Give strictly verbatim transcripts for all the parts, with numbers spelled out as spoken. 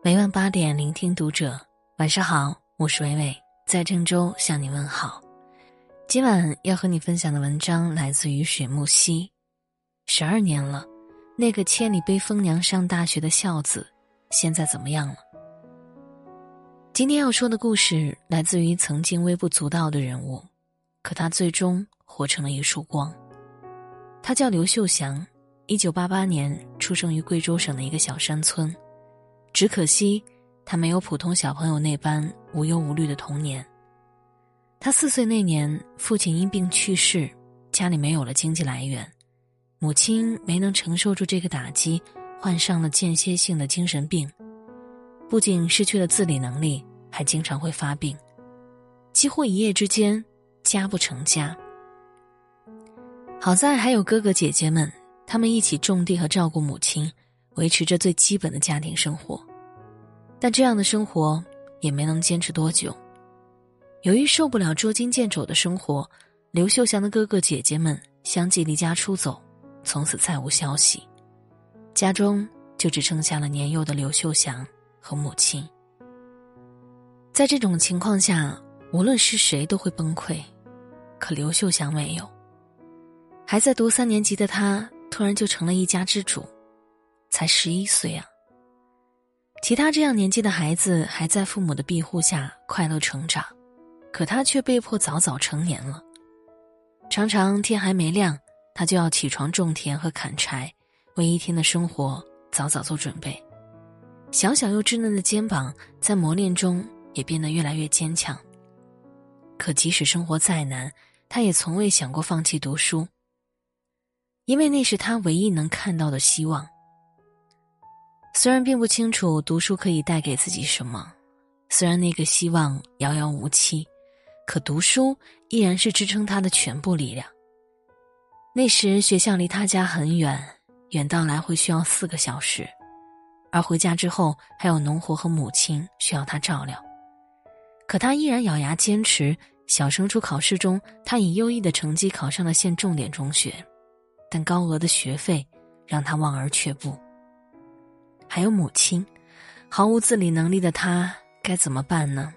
每晚八点聆听读者，晚上好，我是伟伟，在郑州向你问好。今晚要和你分享的文章来自于水木溪。十二年了，那个千里背风娘上大学的孝子，现在怎么样了？今天要说的故事来自于曾经微不足道的人物，可他最终活成了一束光。他叫刘秀祥，一九八八年出生于贵州省的一个小山村。只可惜他没有普通小朋友那般无忧无虑的童年。他四岁那年，父亲因病去世，家里没有了经济来源，母亲没能承受住这个打击，患上了间歇性的精神病，不仅失去了自理能力，还经常会发病，几乎一夜之间家不成家。好在还有哥哥姐姐们，他们一起种地和照顾母亲，维持着最基本的家庭生活。但这样的生活也没能坚持多久。由于受不了捉襟见肘的生活，刘秀祥的哥哥姐姐们相继离家出走，从此再无消息。家中就只剩下了年幼的刘秀祥和母亲。在这种情况下，无论是谁都会崩溃，可刘秀祥没有。还在读三年级的他，突然就成了一家之主，才十一岁啊！其他这样年纪的孩子还在父母的庇护下快乐成长，可他却被迫早早成年了。常常天还没亮，他就要起床种田和砍柴，为一天的生活早早做准备。小小又稚嫩的肩膀在磨练中也变得越来越坚强。可即使生活再难，他也从未想过放弃读书，因为那是他唯一能看到的希望。虽然并不清楚读书可以带给自己什么，虽然那个希望遥遥无期，可读书依然是支撑他的全部力量。那时学校离他家很远，远到来回需要四个小时，而回家之后还有农活和母亲需要他照料。可他依然咬牙坚持，小升初考试中，他以优异的成绩考上了县重点中学，但高额的学费让他望而却步。还有母亲，毫无自理能力的他该怎么办呢？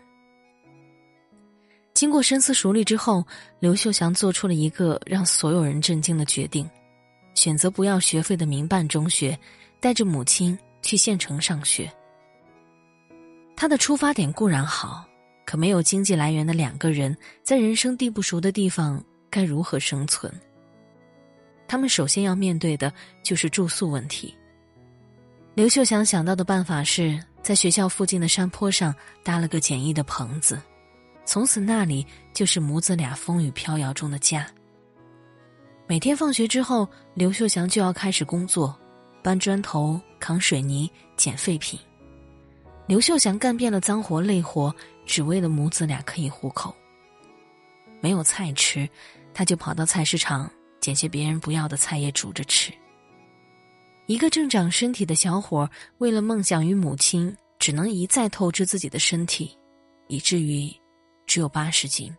经过深思熟虑之后，刘秀祥做出了一个让所有人震惊的决定，选择不要学费的民办中学，带着母亲去县城上学。他的出发点固然好，可没有经济来源的两个人，在人生地不熟的地方该如何生存？他们首先要面对的就是住宿问题。刘秀祥想到的办法是在学校附近的山坡上搭了个简易的棚子，从此那里就是母子俩风雨飘摇中的家。每天放学之后，刘秀祥就要开始工作，搬砖头、扛水泥、捡废品。刘秀祥干遍了脏活累活，只为了母子俩可以糊口。没有菜吃，他就跑到菜市场捡些别人不要的菜叶煮着吃。一个正长身体的小伙，为了梦想与母亲，只能一再透支自己的身体，以至于只有八十斤。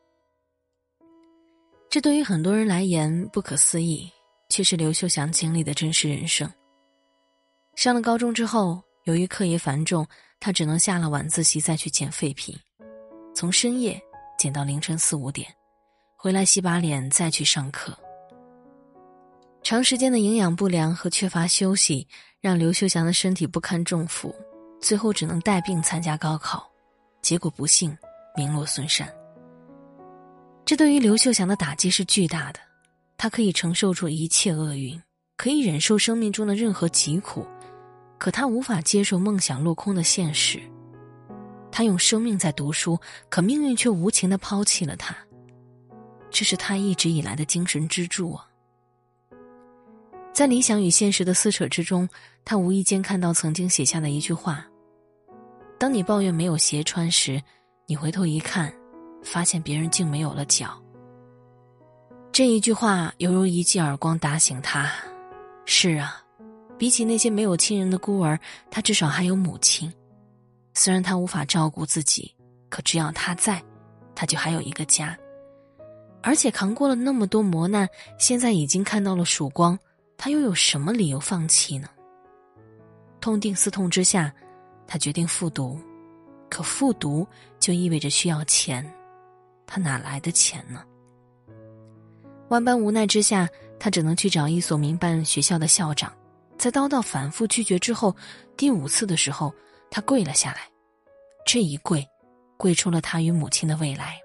这对于很多人来言不可思议，却是刘秀祥经历的真实人生。上了高中之后，由于课业繁重，他只能下了晚自习再去捡废品，从深夜捡到凌晨四五点，回来洗把脸再去上课。长时间的营养不良和缺乏休息，让刘秀祥的身体不堪重负，最后只能带病参加高考，结果不幸名落孙山。这对于刘秀祥的打击是巨大的，他可以承受住一切厄运，可以忍受生命中的任何疾苦，可他无法接受梦想落空的现实。他用生命在读书，可命运却无情地抛弃了他，这是他一直以来的精神支柱啊。在理想与现实的撕扯之中，他无意间看到曾经写下的一句话：当你抱怨没有鞋穿时，你回头一看，发现别人竟没有了脚。这一句话犹如一记耳光打醒他。是啊，比起那些没有亲人的孤儿，他至少还有母亲。虽然他无法照顾自己，可只要他在，他就还有一个家。而且扛过了那么多磨难，现在已经看到了曙光，他又有什么理由放弃呢？痛定思痛之下， 他决定复读，可复读就意味着需要钱，他哪来的钱呢？万般无奈之下，他只能去找一所民办学校的校长。在叨叨反复拒绝之后，第五次的时候，他跪了下来。这一跪，跪出了他与母亲的未来。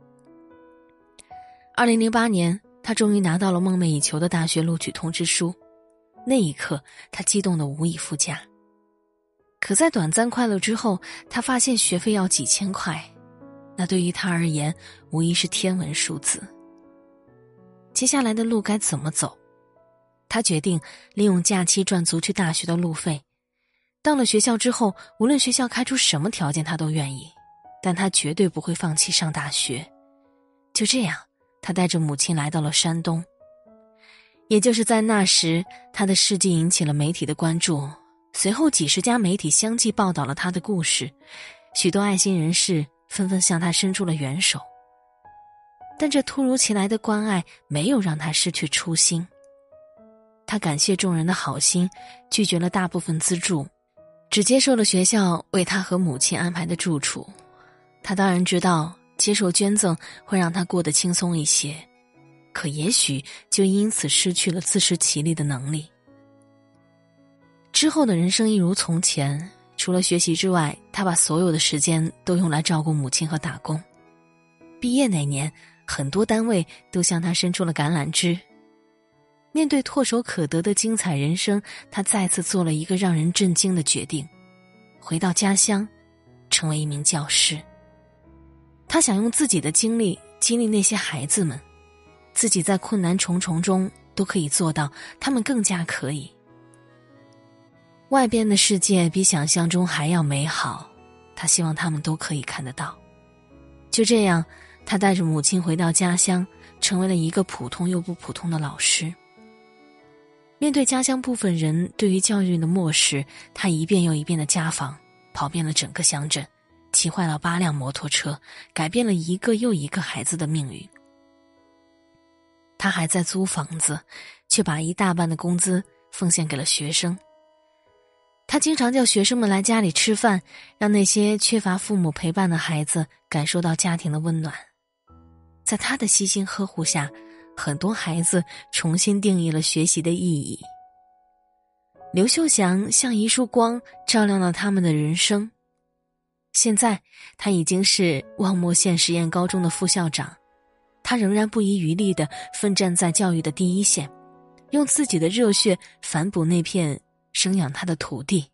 二零零八年，他终于拿到了梦寐以求的大学录取通知书。那一刻，他激动得无以复加。可在短暂快乐之后，他发现学费要几千块，那对于他而言，无疑是天文数字。接下来的路该怎么走？他决定利用假期赚足去大学的路费。到了学校之后，无论学校开出什么条件他都愿意，但他绝对不会放弃上大学。就这样，他带着母亲来到了山东。也就是在那时，他的事迹引起了媒体的关注，随后几十家媒体相继报道了他的故事，许多爱心人士纷纷向他伸出了援手。但这突如其来的关爱没有让他失去初心。他感谢众人的好心，拒绝了大部分资助，只接受了学校为他和母亲安排的住处。他当然知道接受捐赠会让他过得轻松一些，可也许就因此失去了自食其力的能力。之后的人生一如从前，除了学习之外，他把所有的时间都用来照顾母亲和打工。毕业那年，很多单位都向他伸出了橄榄枝。面对唾手可得的精彩人生，他再次做了一个让人震惊的决定，回到家乡，成为一名教师。他想用自己的经历激励那些孩子们，自己在困难重重中都可以做到，他们更加可以。外边的世界比想象中还要美好，他希望他们都可以看得到。就这样，他带着母亲回到家乡，成为了一个普通又不普通的老师。面对家乡部分人对于教育的漠视，他一遍又一遍的家访，跑遍了整个乡镇，骑坏了八辆摩托车，改变了一个又一个孩子的命运。他还在租房子，却把一大半的工资奉献给了学生。他经常叫学生们来家里吃饭，让那些缺乏父母陪伴的孩子感受到家庭的温暖。在他的悉心呵护下，很多孩子重新定义了学习的意义。刘秀祥像一束光，照亮了他们的人生。现在他已经是望漠县实验高中的副校长，他仍然不遗余力地奋战在教育的第一线，用自己的热血反哺那片生养他的土地。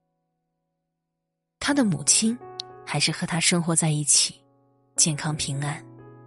他的母亲还是和他生活在一起，健康平安。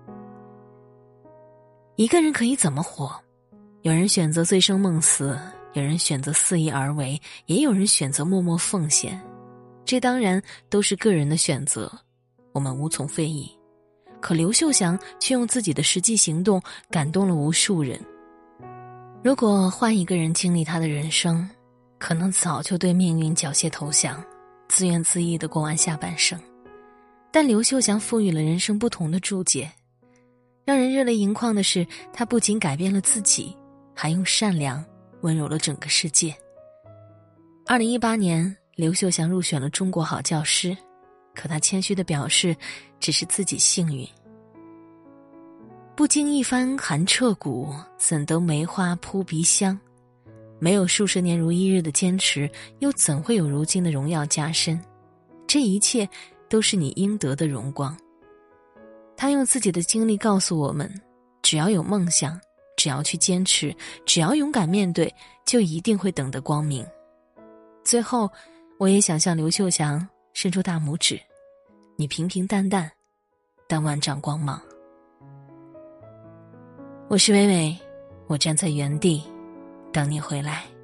一个人可以怎么活？有人选择醉生梦死，有人选择肆意而为，也有人选择默默奉献。这当然都是个人的选择，我们无从非议。可刘秀祥却用自己的实际行动感动了无数人。如果换一个人经历他的人生，可能早就对命运缴械投降，自怨自艾地过完下半生。但刘秀祥赋予了人生不同的注解。让人热泪盈眶的是，他不仅改变了自己，还用善良温柔了整个世界。二零一八年，刘秀祥入选了中国好教师，可他谦虚地表示，只是自己幸运。不经一番寒彻骨，怎得梅花扑鼻香？没有数十年如一日的坚持，又怎会有如今的荣耀加身？这一切都是你应得的荣光。他用自己的经历告诉我们，只要有梦想，只要去坚持，只要勇敢面对，就一定会等得光明。最后，我也想向刘秀祥伸出大拇指，你平平淡淡，但万丈光芒。我是伟伟，我站在原地，等你回来。